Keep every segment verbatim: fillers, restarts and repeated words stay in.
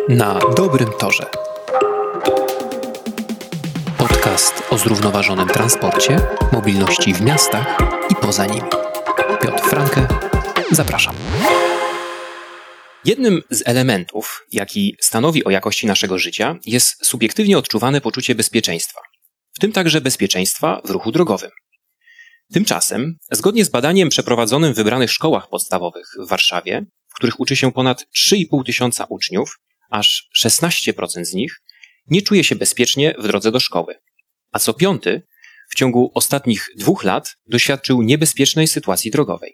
Na dobrym torze. Podcast o zrównoważonym transporcie, mobilności w miastach i poza nimi. Piotr Franke, zapraszam. Jednym z elementów, jaki stanowi o jakości naszego życia, jest subiektywnie odczuwane poczucie bezpieczeństwa, w tym także bezpieczeństwa w ruchu drogowym. Tymczasem, zgodnie z badaniem przeprowadzonym w wybranych szkołach podstawowych w Warszawie, w których uczy się ponad trzy i pół tysiąca uczniów, aż szesnaście procent z nich nie czuje się bezpiecznie w drodze do szkoły, a co piąty w ciągu ostatnich dwóch lat doświadczył niebezpiecznej sytuacji drogowej.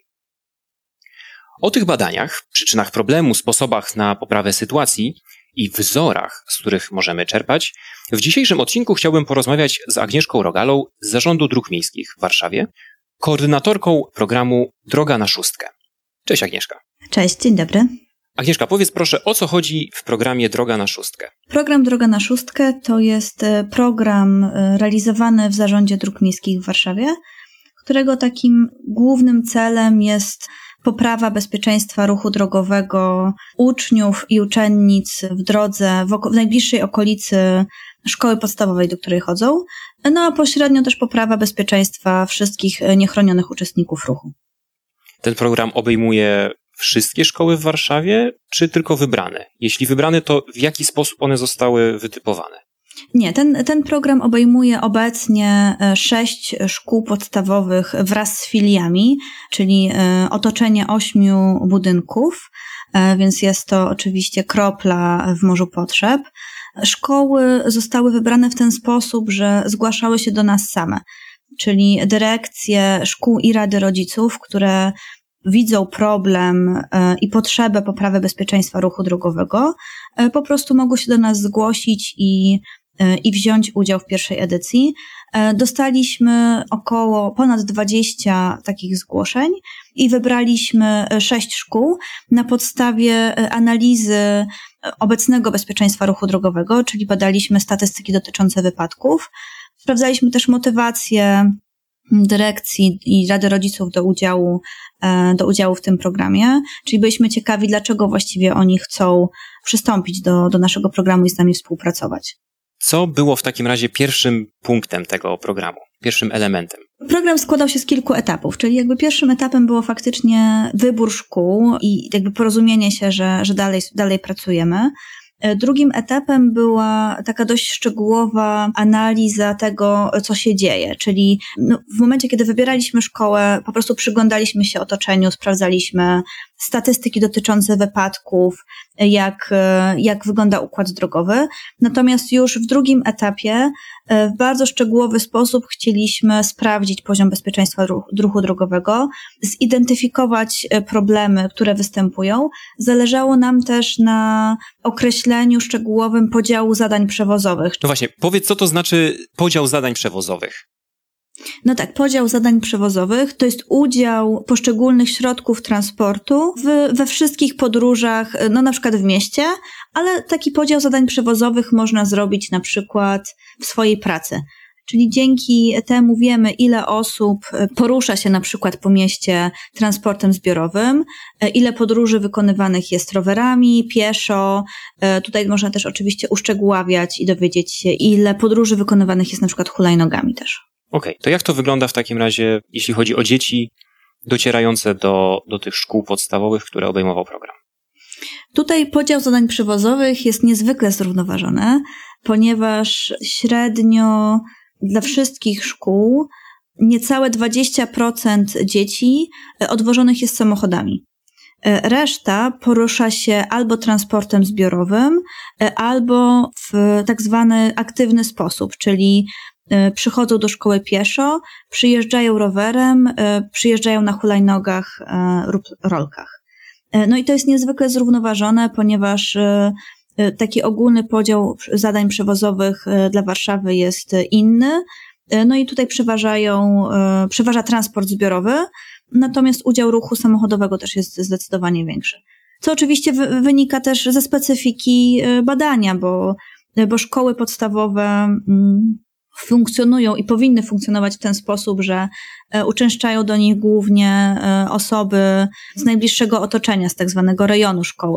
O tych badaniach, przyczynach problemu, sposobach na poprawę sytuacji i wzorach, z których możemy czerpać, w dzisiejszym odcinku chciałbym porozmawiać z Agnieszką Rogalą z Zarządu Dróg Miejskich w Warszawie, koordynatorką programu Droga na Szóstkę. Cześć Agnieszka. Cześć, dzień dobry. Agnieszka, powiedz proszę, o co chodzi w programie Droga na Szóstkę? Program Droga na Szóstkę to jest program realizowany w Zarządzie Dróg Miejskich w Warszawie, którego takim głównym celem jest poprawa bezpieczeństwa ruchu drogowego uczniów i uczennic w drodze w, oko- w najbliższej okolicy szkoły podstawowej, do której chodzą, no a pośrednio też poprawa bezpieczeństwa wszystkich niechronionych uczestników ruchu. Ten program obejmuje wszystkie szkoły w Warszawie, czy tylko wybrane? Jeśli wybrane, to w jaki sposób one zostały wytypowane? Nie, ten, ten program obejmuje obecnie sześć szkół podstawowych wraz z filiami, czyli otoczenie ośmiu budynków, więc jest to oczywiście kropla w morzu potrzeb. Szkoły zostały wybrane w ten sposób, że zgłaszały się do nas same, czyli dyrekcje szkół i rady rodziców, które widzą problem i potrzebę poprawy bezpieczeństwa ruchu drogowego, po prostu mogą się do nas zgłosić i, i wziąć udział w pierwszej edycji. Dostaliśmy około ponad dwadzieścia takich zgłoszeń i wybraliśmy sześć szkół na podstawie analizy obecnego bezpieczeństwa ruchu drogowego, czyli badaliśmy statystyki dotyczące wypadków. Sprawdzaliśmy też motywację dyrekcji i Rady Rodziców do udziału, do udziału w tym programie, czyli byliśmy ciekawi, dlaczego właściwie oni chcą przystąpić do, do naszego programu i z nami współpracować. Co było w takim razie pierwszym punktem tego programu, pierwszym elementem? Program składał się z kilku etapów, czyli jakby pierwszym etapem było faktycznie wybór szkół i jakby porozumienie się, że, że dalej, dalej pracujemy. Drugim etapem była taka dość szczegółowa analiza tego, co się dzieje, czyli no, w momencie, kiedy wybieraliśmy szkołę, po prostu przyglądaliśmy się otoczeniu, sprawdzaliśmy statystyki dotyczące wypadków, jak, jak wygląda układ drogowy. Natomiast już w drugim etapie w bardzo szczegółowy sposób chcieliśmy sprawdzić poziom bezpieczeństwa ruchu drogowego, zidentyfikować problemy, które występują. Zależało nam też na określeniu szczegółowym podziału zadań przewozowych. No właśnie, powiedz, co to znaczy podział zadań przewozowych? No tak, podział zadań przewozowych to jest udział poszczególnych środków transportu w, we wszystkich podróżach, no na przykład w mieście, ale taki podział zadań przewozowych można zrobić na przykład w swojej pracy. Czyli dzięki temu wiemy, ile osób porusza się na przykład po mieście transportem zbiorowym, ile podróży wykonywanych jest rowerami, pieszo. Tutaj można też oczywiście uszczegóławiać i dowiedzieć się, ile podróży wykonywanych jest na przykład hulajnogami też. Okej, okay, to jak to wygląda w takim razie, jeśli chodzi o dzieci docierające do, do tych szkół podstawowych, które obejmował program? Tutaj podział zadań przewozowych jest niezwykle zrównoważony, ponieważ średnio dla wszystkich szkół niecałe dwadzieścia procent dzieci odwożonych jest samochodami. Reszta porusza się albo transportem zbiorowym, albo w tak zwany aktywny sposób, czyli przychodzą do szkoły pieszo, przyjeżdżają rowerem, przyjeżdżają na hulajnogach lub rolkach. No i to jest niezwykle zrównoważone, ponieważ taki ogólny podział zadań przewozowych dla Warszawy jest inny. No i tutaj przeważają, przeważa transport zbiorowy, natomiast udział ruchu samochodowego też jest zdecydowanie większy. Co oczywiście wy, wynika też ze specyfiki badania, bo, bo szkoły podstawowe funkcjonują i powinny funkcjonować w ten sposób, że uczęszczają do nich głównie osoby z najbliższego otoczenia, z tak zwanego rejonu szkoły.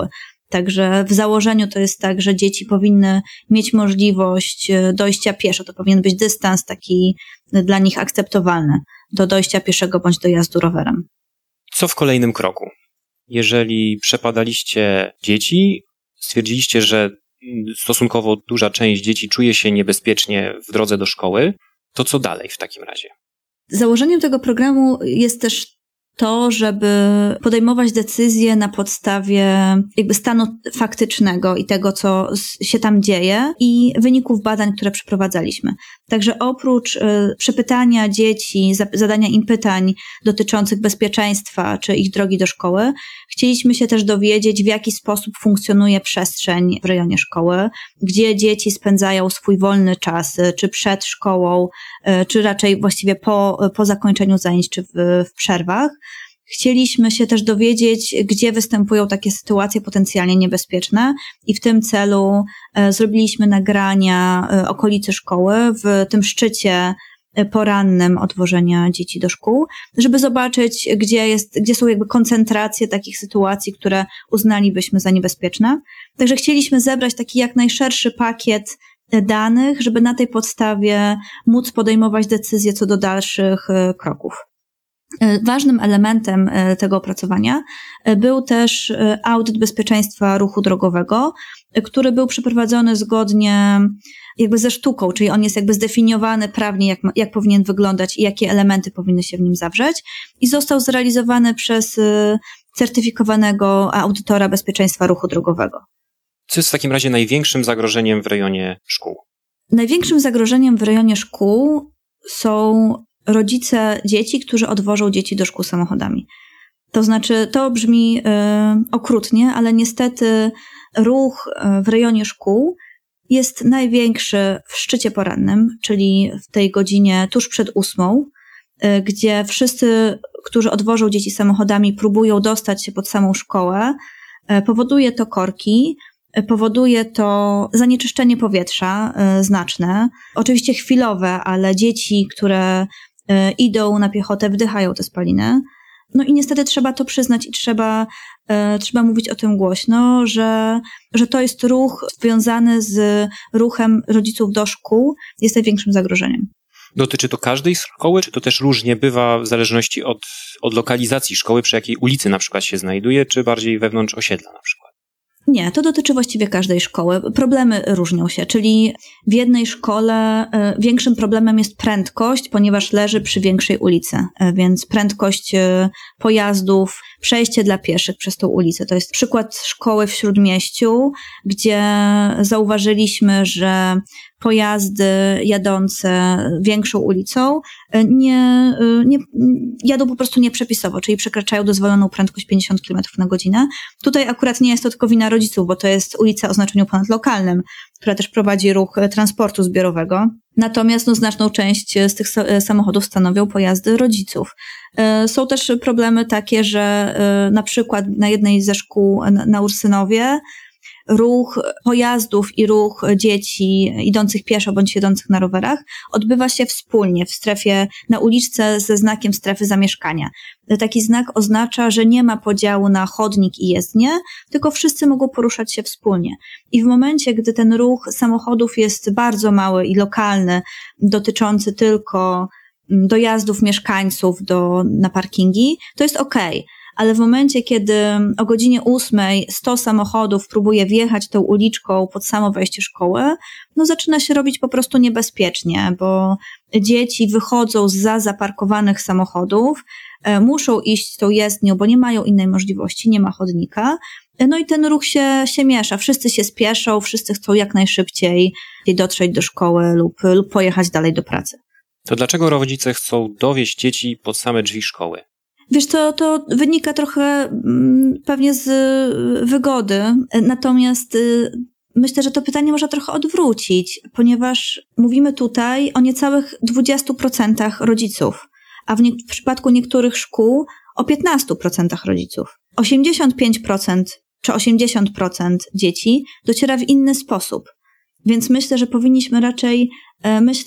Także w założeniu to jest tak, że dzieci powinny mieć możliwość dojścia pieszo. To powinien być dystans taki dla nich akceptowalny do dojścia pieszego bądź dojazdu rowerem. Co w kolejnym kroku? Jeżeli przepadaliście dzieci, stwierdziliście, że stosunkowo duża część dzieci czuje się niebezpiecznie w drodze do szkoły, to co dalej w takim razie? Założeniem tego programu jest też to, żeby podejmować decyzje na podstawie jakby stanu faktycznego i tego, co się tam dzieje i wyników badań, które przeprowadzaliśmy. Także oprócz y, przepytania dzieci, za, zadania im pytań dotyczących bezpieczeństwa czy ich drogi do szkoły, chcieliśmy się też dowiedzieć, w jaki sposób funkcjonuje przestrzeń w rejonie szkoły, gdzie dzieci spędzają swój wolny czas, y, czy przed szkołą, y, czy raczej właściwie po, po zakończeniu zajęć, czy w, w przerwach. Chcieliśmy się też dowiedzieć, gdzie występują takie sytuacje potencjalnie niebezpieczne i w tym celu e, zrobiliśmy nagrania e, okolicy szkoły w tym szczycie porannym odwożenia dzieci do szkół, żeby zobaczyć, gdzie jest, gdzie są jakby koncentracje takich sytuacji, które uznalibyśmy za niebezpieczne. Także chcieliśmy zebrać taki jak najszerszy pakiet danych, żeby na tej podstawie móc podejmować decyzje co do dalszych e, kroków. Ważnym elementem tego opracowania był też audyt bezpieczeństwa ruchu drogowego, który był przeprowadzony zgodnie jakby ze sztuką, czyli on jest jakby zdefiniowany prawnie, jak, jak powinien wyglądać i jakie elementy powinny się w nim zawrzeć i został zrealizowany przez certyfikowanego audytora bezpieczeństwa ruchu drogowego. Co jest w takim razie największym zagrożeniem w rejonie szkół? Największym zagrożeniem w rejonie szkół są rodzice dzieci, którzy odwożą dzieci do szkół samochodami. To znaczy, to brzmi y, okrutnie, ale niestety ruch w rejonie szkół jest największy w szczycie porannym, czyli w tej godzinie tuż przed ósmą, y, gdzie wszyscy, którzy odwożą dzieci samochodami, próbują dostać się pod samą szkołę. Y, powoduje to korki, y, powoduje to zanieczyszczenie powietrza y, znaczne, oczywiście chwilowe, ale dzieci, które idą na piechotę, wdychają te spaliny. No i niestety trzeba to przyznać i trzeba, e, trzeba mówić o tym głośno, że, że to jest ruch związany z ruchem rodziców do szkół, jest największym zagrożeniem. Dotyczy to każdej szkoły, czy to też różnie bywa w zależności od, od lokalizacji szkoły, przy jakiej ulicy na przykład się znajduje, czy bardziej wewnątrz osiedla na przykład? Nie, to dotyczy właściwie każdej szkoły. Problemy różnią się, czyli w jednej szkole y, większym problemem jest prędkość, ponieważ leży przy większej ulicy, y, więc prędkość y, pojazdów, przejście dla pieszych przez tą ulicę. To jest przykład szkoły w Śródmieściu, gdzie zauważyliśmy, że pojazdy jadące większą ulicą nie, nie, jadą po prostu nieprzepisowo, czyli przekraczają dozwoloną prędkość pięćdziesiąt kilometrów na godzinę. Tutaj akurat nie jest to tylko wina rodziców, bo to jest ulica o znaczeniu ponadlokalnym, która też prowadzi ruch transportu zbiorowego. Natomiast no, znaczną część z tych samochodów stanowią pojazdy rodziców. Są też problemy takie, że na przykład na jednej ze szkół na Ursynowie ruch pojazdów i ruch dzieci idących pieszo bądź jedących na rowerach odbywa się wspólnie w strefie, na uliczce ze znakiem strefy zamieszkania. Taki znak oznacza, że nie ma podziału na chodnik i jezdnię, tylko wszyscy mogą poruszać się wspólnie. I w momencie, gdy ten ruch samochodów jest bardzo mały i lokalny, dotyczący tylko dojazdów mieszkańców do, na parkingi, to jest okej. Ale w momencie, kiedy o godzinie ósmej sto samochodów próbuje wjechać tą uliczką pod samo wejście szkoły, no zaczyna się robić po prostu niebezpiecznie, bo dzieci wychodzą zza zaparkowanych samochodów, e, muszą iść tą jezdnią, bo nie mają innej możliwości, nie ma chodnika. No i ten ruch się, się miesza, wszyscy się spieszą, wszyscy chcą jak najszybciej dotrzeć do szkoły lub, lub pojechać dalej do pracy. To dlaczego rodzice chcą dowieźć dzieci pod same drzwi szkoły? Wiesz, to, to wynika trochę mm, pewnie z y, wygody, natomiast y, myślę, że to pytanie można trochę odwrócić, ponieważ mówimy tutaj o niecałych dwudziestu procentach rodziców, a w, nie- w przypadku niektórych szkół o piętnastu procentach rodziców. osiemdziesiąt pięć procent czy osiemdziesiąt procent dzieci dociera w inny sposób. Więc myślę, że powinniśmy raczej myśleć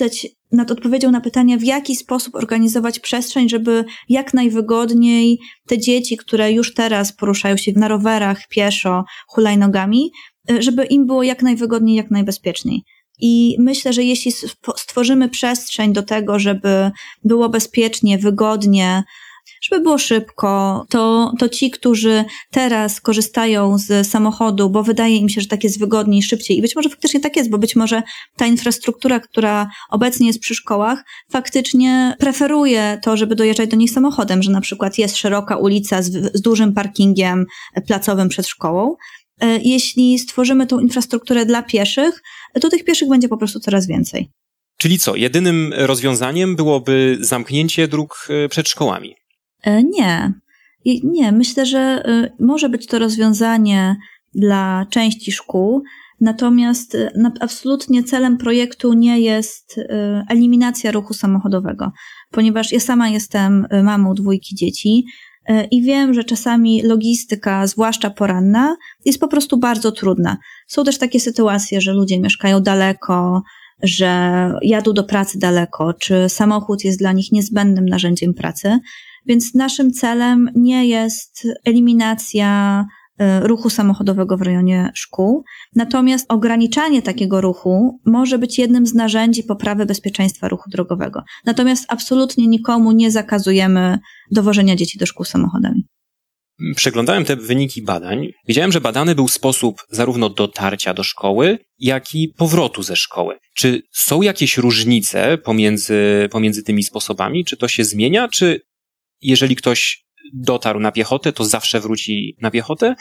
nad odpowiedzią na pytanie, w jaki sposób organizować przestrzeń, żeby jak najwygodniej te dzieci, które już teraz poruszają się na rowerach, pieszo, hulajnogami, żeby im było jak najwygodniej, jak najbezpieczniej. I myślę, że jeśli stworzymy przestrzeń do tego, żeby było bezpiecznie, wygodnie, żeby było szybko, to, to ci, którzy teraz korzystają z samochodu, bo wydaje im się, że tak jest wygodniej, szybciej i być może faktycznie tak jest, bo być może ta infrastruktura, która obecnie jest przy szkołach, faktycznie preferuje to, żeby dojeżdżać do nich samochodem, że na przykład jest szeroka ulica z, z dużym parkingiem placowym przed szkołą. Jeśli stworzymy tą infrastrukturę dla pieszych, to tych pieszych będzie po prostu coraz więcej. Czyli co, jedynym rozwiązaniem byłoby zamknięcie dróg przed szkołami? Nie. Nie, myślę, że może być to rozwiązanie dla części szkół, natomiast absolutnie celem projektu nie jest eliminacja ruchu samochodowego, ponieważ ja sama jestem mamą dwójki dzieci i wiem, że czasami logistyka, zwłaszcza poranna, jest po prostu bardzo trudna. Są też takie sytuacje, że ludzie mieszkają daleko, że jadą do pracy daleko, czy samochód jest dla nich niezbędnym narzędziem pracy. Więc naszym celem nie jest eliminacja ruchu samochodowego w rejonie szkół, natomiast ograniczanie takiego ruchu może być jednym z narzędzi poprawy bezpieczeństwa ruchu drogowego. Natomiast absolutnie nikomu nie zakazujemy dowożenia dzieci do szkół samochodami. Przeglądałem te wyniki badań. Wiedziałem, że badany był sposób zarówno dotarcia do szkoły, jak i powrotu ze szkoły. Czy są jakieś różnice pomiędzy, pomiędzy tymi sposobami? Czy to się zmienia? Czy jeżeli ktoś dotarł na piechotę, to zawsze wróci na piechotę?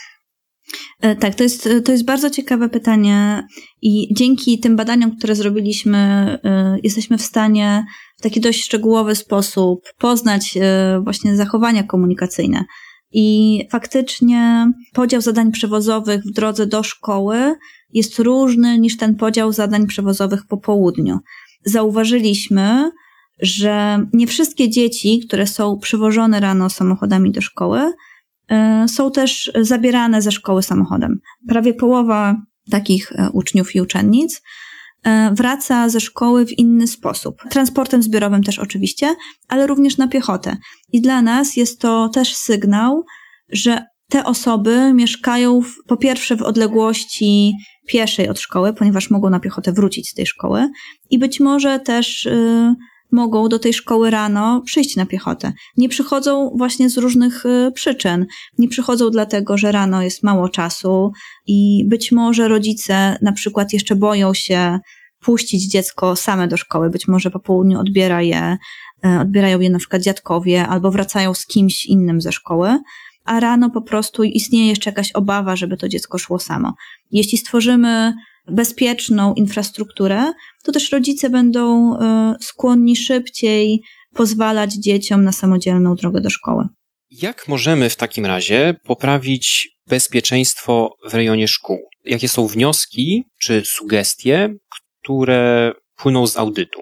Tak, to jest, to jest bardzo ciekawe pytanie i dzięki tym badaniom, które zrobiliśmy, jesteśmy w stanie w taki dość szczegółowy sposób poznać właśnie zachowania komunikacyjne. I faktycznie podział zadań przewozowych w drodze do szkoły jest różny niż ten podział zadań przewozowych po południu. Zauważyliśmy, że nie wszystkie dzieci, które są przywożone rano samochodami do szkoły, są też zabierane ze szkoły samochodem. Prawie połowa takich uczniów i uczennic wraca ze szkoły w inny sposób. Transportem zbiorowym też oczywiście, ale również na piechotę. I dla nas jest to też sygnał, że te osoby mieszkają w, po pierwsze w odległości pieszej od szkoły, ponieważ mogą na piechotę wrócić z tej szkoły i być może też y, mogą do tej szkoły rano przyjść na piechotę. Nie przychodzą właśnie z różnych y, przyczyn. Nie przychodzą dlatego, że rano jest mało czasu i być może rodzice na przykład jeszcze boją się puścić dziecko same do szkoły. Być może po południu odbiera je, y, odbierają je na przykład dziadkowie albo wracają z kimś innym ze szkoły, a rano po prostu istnieje jeszcze jakaś obawa, żeby to dziecko szło samo. Jeśli stworzymy bezpieczną infrastrukturę, to też rodzice będą y, skłonni szybciej pozwalać dzieciom na samodzielną drogę do szkoły. Jak możemy w takim razie poprawić bezpieczeństwo w rejonie szkół? Jakie są wnioski czy sugestie, które płyną z audytu?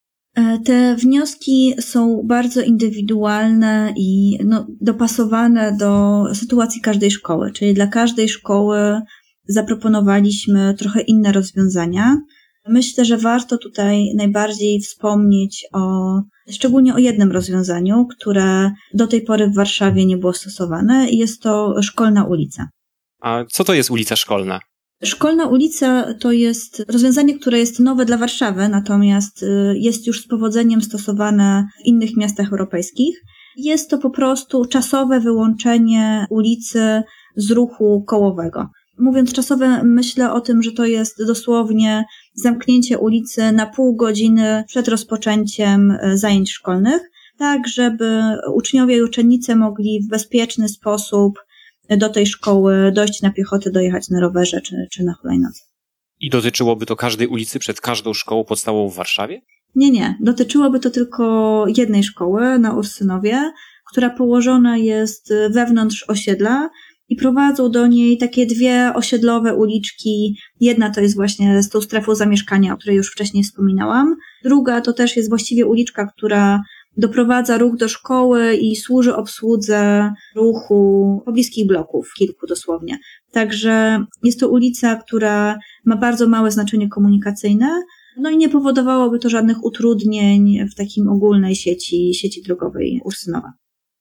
Te wnioski są bardzo indywidualne i no, dopasowane do sytuacji każdej szkoły, czyli dla każdej szkoły zaproponowaliśmy trochę inne rozwiązania. Myślę, że warto tutaj najbardziej wspomnieć o, szczególnie o jednym rozwiązaniu, które do tej pory w Warszawie nie było stosowane i jest to szkolna ulica. A co to jest ulica szkolna? Szkolna ulica to jest rozwiązanie, które jest nowe dla Warszawy, natomiast jest już z powodzeniem stosowane w innych miastach europejskich. Jest to po prostu czasowe wyłączenie ulicy z ruchu kołowego. Mówiąc czasowe, myślę o tym, że to jest dosłownie zamknięcie ulicy na pół godziny przed rozpoczęciem zajęć szkolnych, tak żeby uczniowie i uczennice mogli w bezpieczny sposób do tej szkoły dojść na piechotę, dojechać na rowerze czy, czy na hulajnodze. I dotyczyłoby to każdej ulicy przed każdą szkołą podstawową w Warszawie? Nie, nie. Dotyczyłoby to tylko jednej szkoły na Ursynowie, która położona jest wewnątrz osiedla i prowadzą do niej takie dwie osiedlowe uliczki. Jedna to jest właśnie z tą strefą zamieszkania, o której już wcześniej wspominałam. Druga to też jest właściwie uliczka, która doprowadza ruch do szkoły i służy obsłudze ruchu pobliskich bloków, kilku dosłownie. Także jest to ulica, która ma bardzo małe znaczenie komunikacyjne, No i nie powodowałoby to żadnych utrudnień w takim ogólnej sieci, sieci drogowej Ursynowa.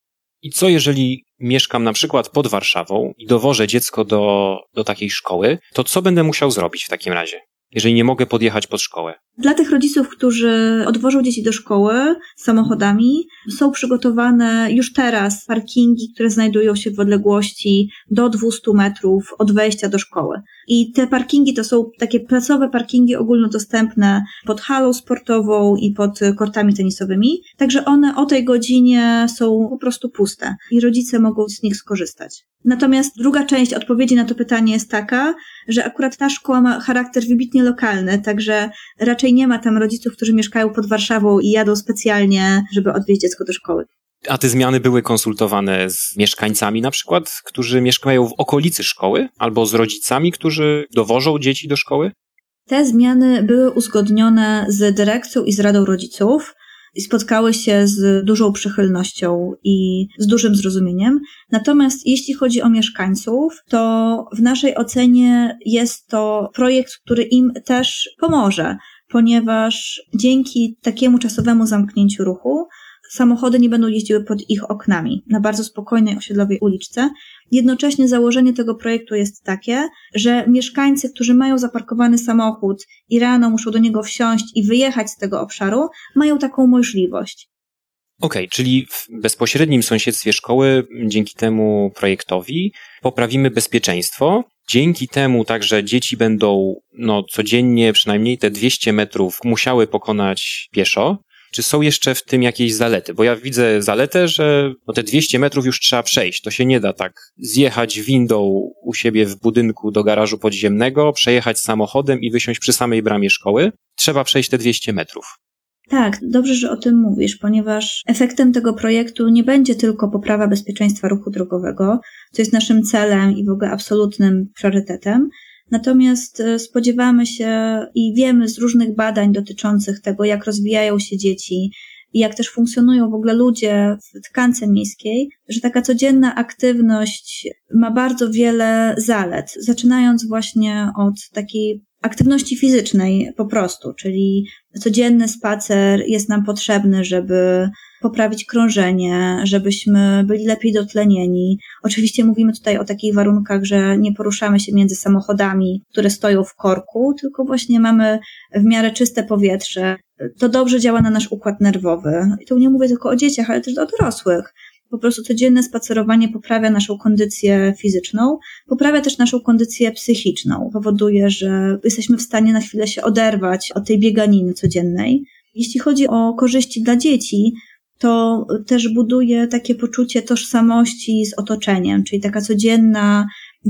I co jeżeli mieszkam na przykład pod Warszawą i dowożę dziecko do, do takiej szkoły, to co będę musiał zrobić w takim razie, jeżeli nie mogę podjechać pod szkołę? Dla tych rodziców, którzy odwożą dzieci do szkoły samochodami, są przygotowane już teraz parkingi, które znajdują się w odległości do dwieście metrów od wejścia do szkoły. I te parkingi to są takie placowe parkingi ogólnodostępne pod halą sportową i pod kortami tenisowymi, także one o tej godzinie są po prostu puste i rodzice mogą z nich skorzystać. Natomiast druga część odpowiedzi na to pytanie jest taka, że akurat ta szkoła ma charakter wybitnie lokalny, także raczej nie ma tam rodziców, którzy mieszkają pod Warszawą i jadą specjalnie, żeby odwieźć dziecko do szkoły. A te zmiany były konsultowane z mieszkańcami na przykład, którzy mieszkają w okolicy szkoły, albo z rodzicami, którzy dowożą dzieci do szkoły? Te zmiany były uzgodnione z dyrekcją i z Radą Rodziców i spotkały się z dużą przychylnością i z dużym zrozumieniem. Natomiast jeśli chodzi o mieszkańców, to w naszej ocenie jest to projekt, który im też pomoże, ponieważ dzięki takiemu czasowemu zamknięciu ruchu samochody nie będą jeździły pod ich oknami na bardzo spokojnej osiedlowej uliczce. Jednocześnie założenie tego projektu jest takie, że mieszkańcy, którzy mają zaparkowany samochód i rano muszą do niego wsiąść i wyjechać z tego obszaru, mają taką możliwość. Okej, okay, czyli w bezpośrednim sąsiedztwie szkoły dzięki temu projektowi poprawimy bezpieczeństwo. Dzięki temu także dzieci będą no, codziennie przynajmniej te dwieście metrów musiały pokonać pieszo. Czy są jeszcze w tym jakieś zalety? Bo ja widzę zaletę, że no te dwieście metrów już trzeba przejść. To się nie da tak zjechać windą u siebie w budynku do garażu podziemnego, przejechać samochodem i wysiąść przy samej bramie szkoły. Trzeba przejść te dwieście metrów. Tak, dobrze, że o tym mówisz, ponieważ efektem tego projektu nie będzie tylko poprawa bezpieczeństwa ruchu drogowego, co jest naszym celem i w ogóle absolutnym priorytetem. Natomiast spodziewamy się i wiemy z różnych badań dotyczących tego, jak rozwijają się dzieci i jak też funkcjonują w ogóle ludzie w tkance miejskiej, że taka codzienna aktywność ma bardzo wiele zalet, zaczynając właśnie od takiej aktywności fizycznej po prostu, czyli codzienny spacer jest nam potrzebny, żeby poprawić krążenie, żebyśmy byli lepiej dotlenieni. Oczywiście mówimy tutaj o takich warunkach, że nie poruszamy się między samochodami, które stoją w korku, tylko właśnie mamy w miarę czyste powietrze. To dobrze działa na nasz układ nerwowy. I tu nie mówię tylko o dzieciach, ale też o dorosłych. Po prostu codzienne spacerowanie poprawia naszą kondycję fizyczną, poprawia też naszą kondycję psychiczną. Powoduje, że jesteśmy w stanie na chwilę się oderwać od tej bieganiny codziennej. Jeśli chodzi o korzyści dla dzieci, to też buduje takie poczucie tożsamości z otoczeniem, czyli taka codzienna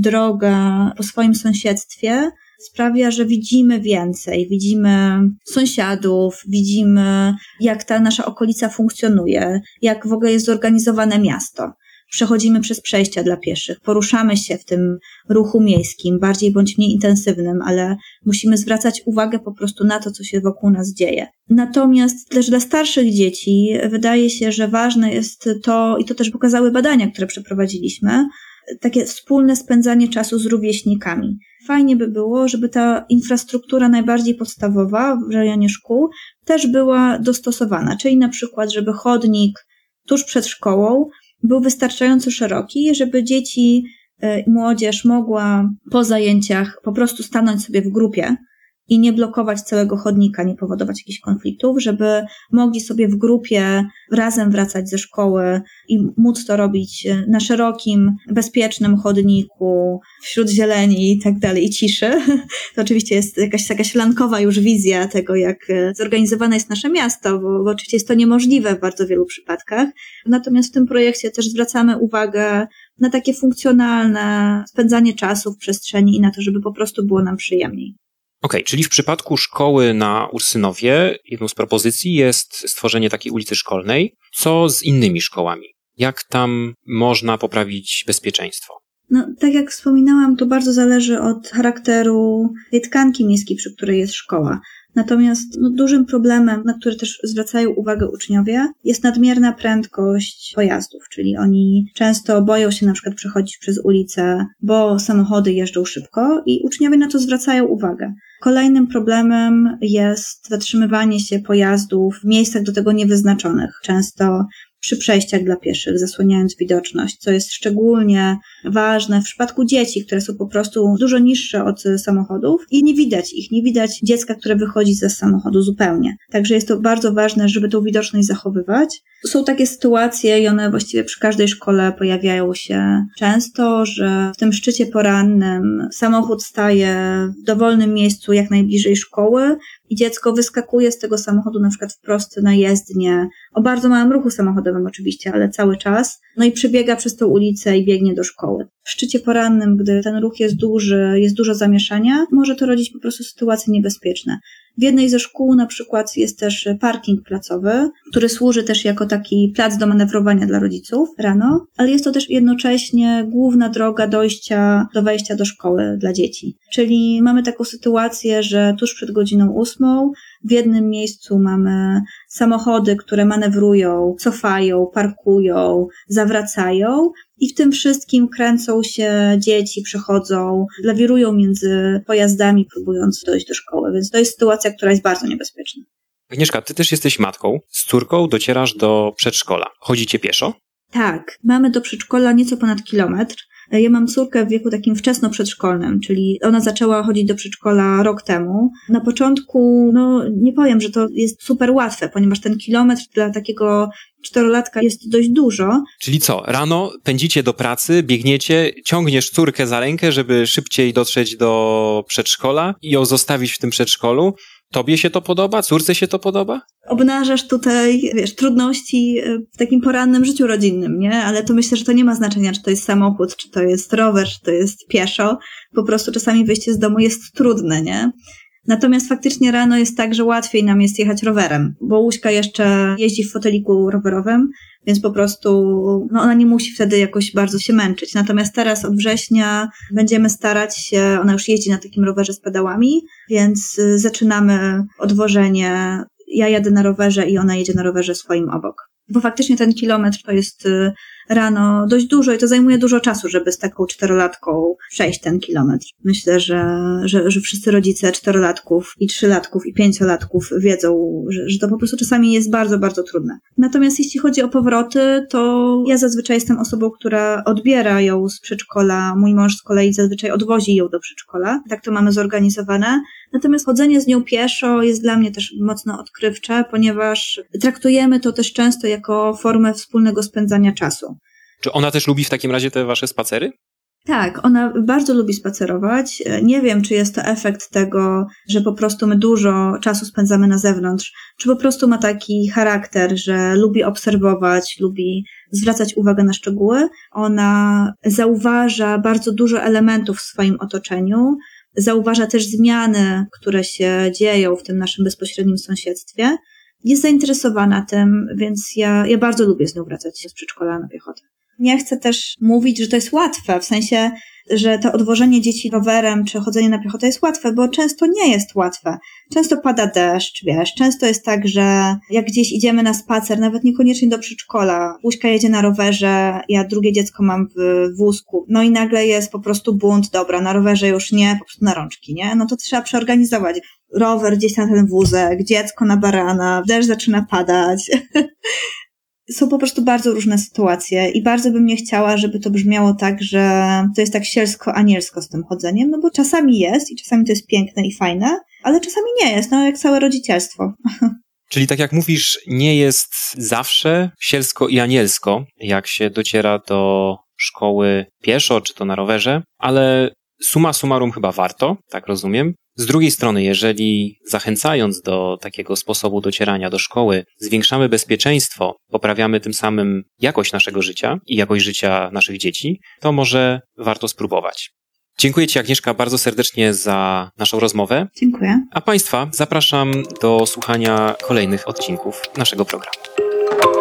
droga po swoim sąsiedztwie sprawia, że widzimy więcej, widzimy sąsiadów, widzimy jak ta nasza okolica funkcjonuje, jak w ogóle jest zorganizowane miasto. Przechodzimy przez przejścia dla pieszych, poruszamy się w tym ruchu miejskim, bardziej bądź mniej intensywnym, ale musimy zwracać uwagę po prostu na to, co się wokół nas dzieje. Natomiast też dla starszych dzieci wydaje się, że ważne jest to, i to też pokazały badania, które przeprowadziliśmy, takie wspólne spędzanie czasu z rówieśnikami. Fajnie by było, żeby ta infrastruktura najbardziej podstawowa w rejonie szkół też była dostosowana, czyli na przykład, żeby chodnik tuż przed szkołą był wystarczająco szeroki, żeby dzieci i młodzież mogła po zajęciach po prostu stanąć sobie w grupie i nie blokować całego chodnika, nie powodować jakichś konfliktów, żeby mogli sobie w grupie razem wracać ze szkoły i móc to robić na szerokim, bezpiecznym chodniku, wśród zieleni i tak dalej, i ciszy. To oczywiście jest jakaś, jakaś flankowa już wizja tego, jak zorganizowane jest nasze miasto, bo, bo oczywiście jest to niemożliwe w bardzo wielu przypadkach. Natomiast w tym projekcie też zwracamy uwagę na takie funkcjonalne spędzanie czasu w przestrzeni i na to, żeby po prostu było nam przyjemniej. Okej, okay, czyli w przypadku szkoły na Ursynowie jedną z propozycji jest stworzenie takiej ulicy szkolnej. Co z innymi szkołami? Jak tam można poprawić bezpieczeństwo? No, tak jak wspominałam, to bardzo zależy od charakteru tej tkanki miejskiej, przy której jest szkoła. Natomiast no, dużym problemem, na który też zwracają uwagę uczniowie, jest nadmierna prędkość pojazdów, czyli oni często boją się na przykład przechodzić przez ulicę, bo samochody jeżdżą szybko i uczniowie na to zwracają uwagę. Kolejnym problemem jest zatrzymywanie się pojazdów w miejscach do tego niewyznaczonych, często przy przejściach dla pieszych, zasłaniając widoczność, co jest szczególnie ważne w przypadku dzieci, które są po prostu dużo niższe od samochodów i nie widać ich, nie widać dziecka, które wychodzi ze samochodu zupełnie. Także jest to bardzo ważne, żeby tą widoczność zachowywać. Są takie sytuacje i one właściwie przy każdej szkole pojawiają się często, że w tym szczycie porannym samochód staje w dowolnym miejscu jak najbliżej szkoły i dziecko wyskakuje z tego samochodu na przykład wprost na jezdnię, o bardzo małym ruchu samochodowym oczywiście, ale cały czas, no i przebiega przez tą ulicę i biegnie do szkoły. W szczycie porannym, gdy ten ruch jest duży, jest dużo zamieszania, może to rodzić po prostu sytuacje niebezpieczne. W jednej ze szkół na przykład jest też parking placowy, który służy też jako taki plac do manewrowania dla rodziców rano, ale jest to też jednocześnie główna droga dojścia do wejścia do szkoły dla dzieci. Czyli mamy taką sytuację, że tuż przed godziną ósmą w jednym miejscu mamy samochody, które manewrują, cofają, parkują, zawracają i w tym wszystkim kręcą się dzieci, przechodzą, lawirują między pojazdami, próbując dojść do szkoły. Więc to jest sytuacja, która jest bardzo niebezpieczna. Agnieszka, ty też jesteś matką. Z córką docierasz do przedszkola. Chodzicie pieszo? Tak, mamy do przedszkola nieco ponad kilometr. Ja mam córkę w wieku takim wczesno przedszkolnym, czyli ona zaczęła chodzić do przedszkola rok temu. Na początku, no nie powiem, że to jest super łatwe, ponieważ ten kilometr dla takiego czterolatka jest dość dużo. Czyli co, rano pędzicie do pracy, biegniecie, ciągniesz córkę za rękę, żeby szybciej dotrzeć do przedszkola i ją zostawić w tym przedszkolu. Tobie się to podoba? Córce się to podoba? Obnażasz tutaj, wiesz, trudności w takim porannym życiu rodzinnym, nie? Ale to myślę, że to nie ma znaczenia, czy to jest samochód, czy to jest rower, czy to jest pieszo. Po prostu czasami wyjście z domu jest trudne, nie? Natomiast faktycznie rano jest tak, że łatwiej nam jest jechać rowerem, bo Łuśka jeszcze jeździ w foteliku rowerowym, więc po prostu no ona nie musi wtedy jakoś bardzo się męczyć. Natomiast teraz od września będziemy starać się, ona już jeździ na takim rowerze z pedałami, więc zaczynamy odwożenie. Ja jadę na rowerze i ona jedzie na rowerze swoim obok. Bo faktycznie ten kilometr to jest rano dość dużo i to zajmuje dużo czasu, żeby z taką czterolatką przejść ten kilometr. Myślę, że, że, że wszyscy rodzice czterolatków i trzylatków i pięciolatków wiedzą, że, że to po prostu czasami jest bardzo, bardzo trudne. Natomiast jeśli chodzi o powroty, to ja zazwyczaj jestem osobą, która odbiera ją z przedszkola. Mój mąż z kolei zazwyczaj odwozi ją do przedszkola. Tak to mamy zorganizowane. Natomiast chodzenie z nią pieszo jest dla mnie też mocno odkrywcze, ponieważ traktujemy to też często jako formę wspólnego spędzania czasu. Czy ona też lubi w takim razie te wasze spacery? Tak, ona bardzo lubi spacerować. Nie wiem, czy jest to efekt tego, że po prostu my dużo czasu spędzamy na zewnątrz, czy po prostu ma taki charakter, że lubi obserwować, lubi zwracać uwagę na szczegóły. Ona zauważa bardzo dużo elementów w swoim otoczeniu, zauważa też zmiany, które się dzieją w tym naszym bezpośrednim sąsiedztwie. Jest zainteresowana tym, więc ja, ja bardzo lubię z nią wracać się z przedszkola na piechotę. Nie chcę też mówić, że to jest łatwe, w sensie, że to odwożenie dzieci rowerem czy chodzenie na piechotę jest łatwe, bo często nie jest łatwe. Często pada deszcz, wiesz, często jest tak, że jak gdzieś idziemy na spacer, nawet niekoniecznie do przedszkola, Łuśka jedzie na rowerze, ja drugie dziecko mam w wózku, no i nagle jest po prostu bunt, dobra, na rowerze już nie, po prostu na rączki, nie? No to trzeba przeorganizować. Rower gdzieś na ten wózek, dziecko na barana, deszcz zaczyna padać. Są po prostu bardzo różne sytuacje i bardzo bym nie chciała, żeby to brzmiało tak, że to jest tak sielsko-anielsko z tym chodzeniem, no bo czasami jest i czasami to jest piękne i fajne, ale czasami nie jest, no jak całe rodzicielstwo. Czyli tak jak mówisz, nie jest zawsze sielsko i anielsko, jak się dociera do szkoły pieszo czy to na rowerze, ale summa summarum chyba warto, tak rozumiem. Z drugiej strony, jeżeli zachęcając do takiego sposobu docierania do szkoły, zwiększamy bezpieczeństwo, poprawiamy tym samym jakość naszego życia i jakość życia naszych dzieci, to może warto spróbować. Dziękuję Ci, Agnieszka, bardzo serdecznie za naszą rozmowę. Dziękuję. A Państwa zapraszam do słuchania kolejnych odcinków naszego programu.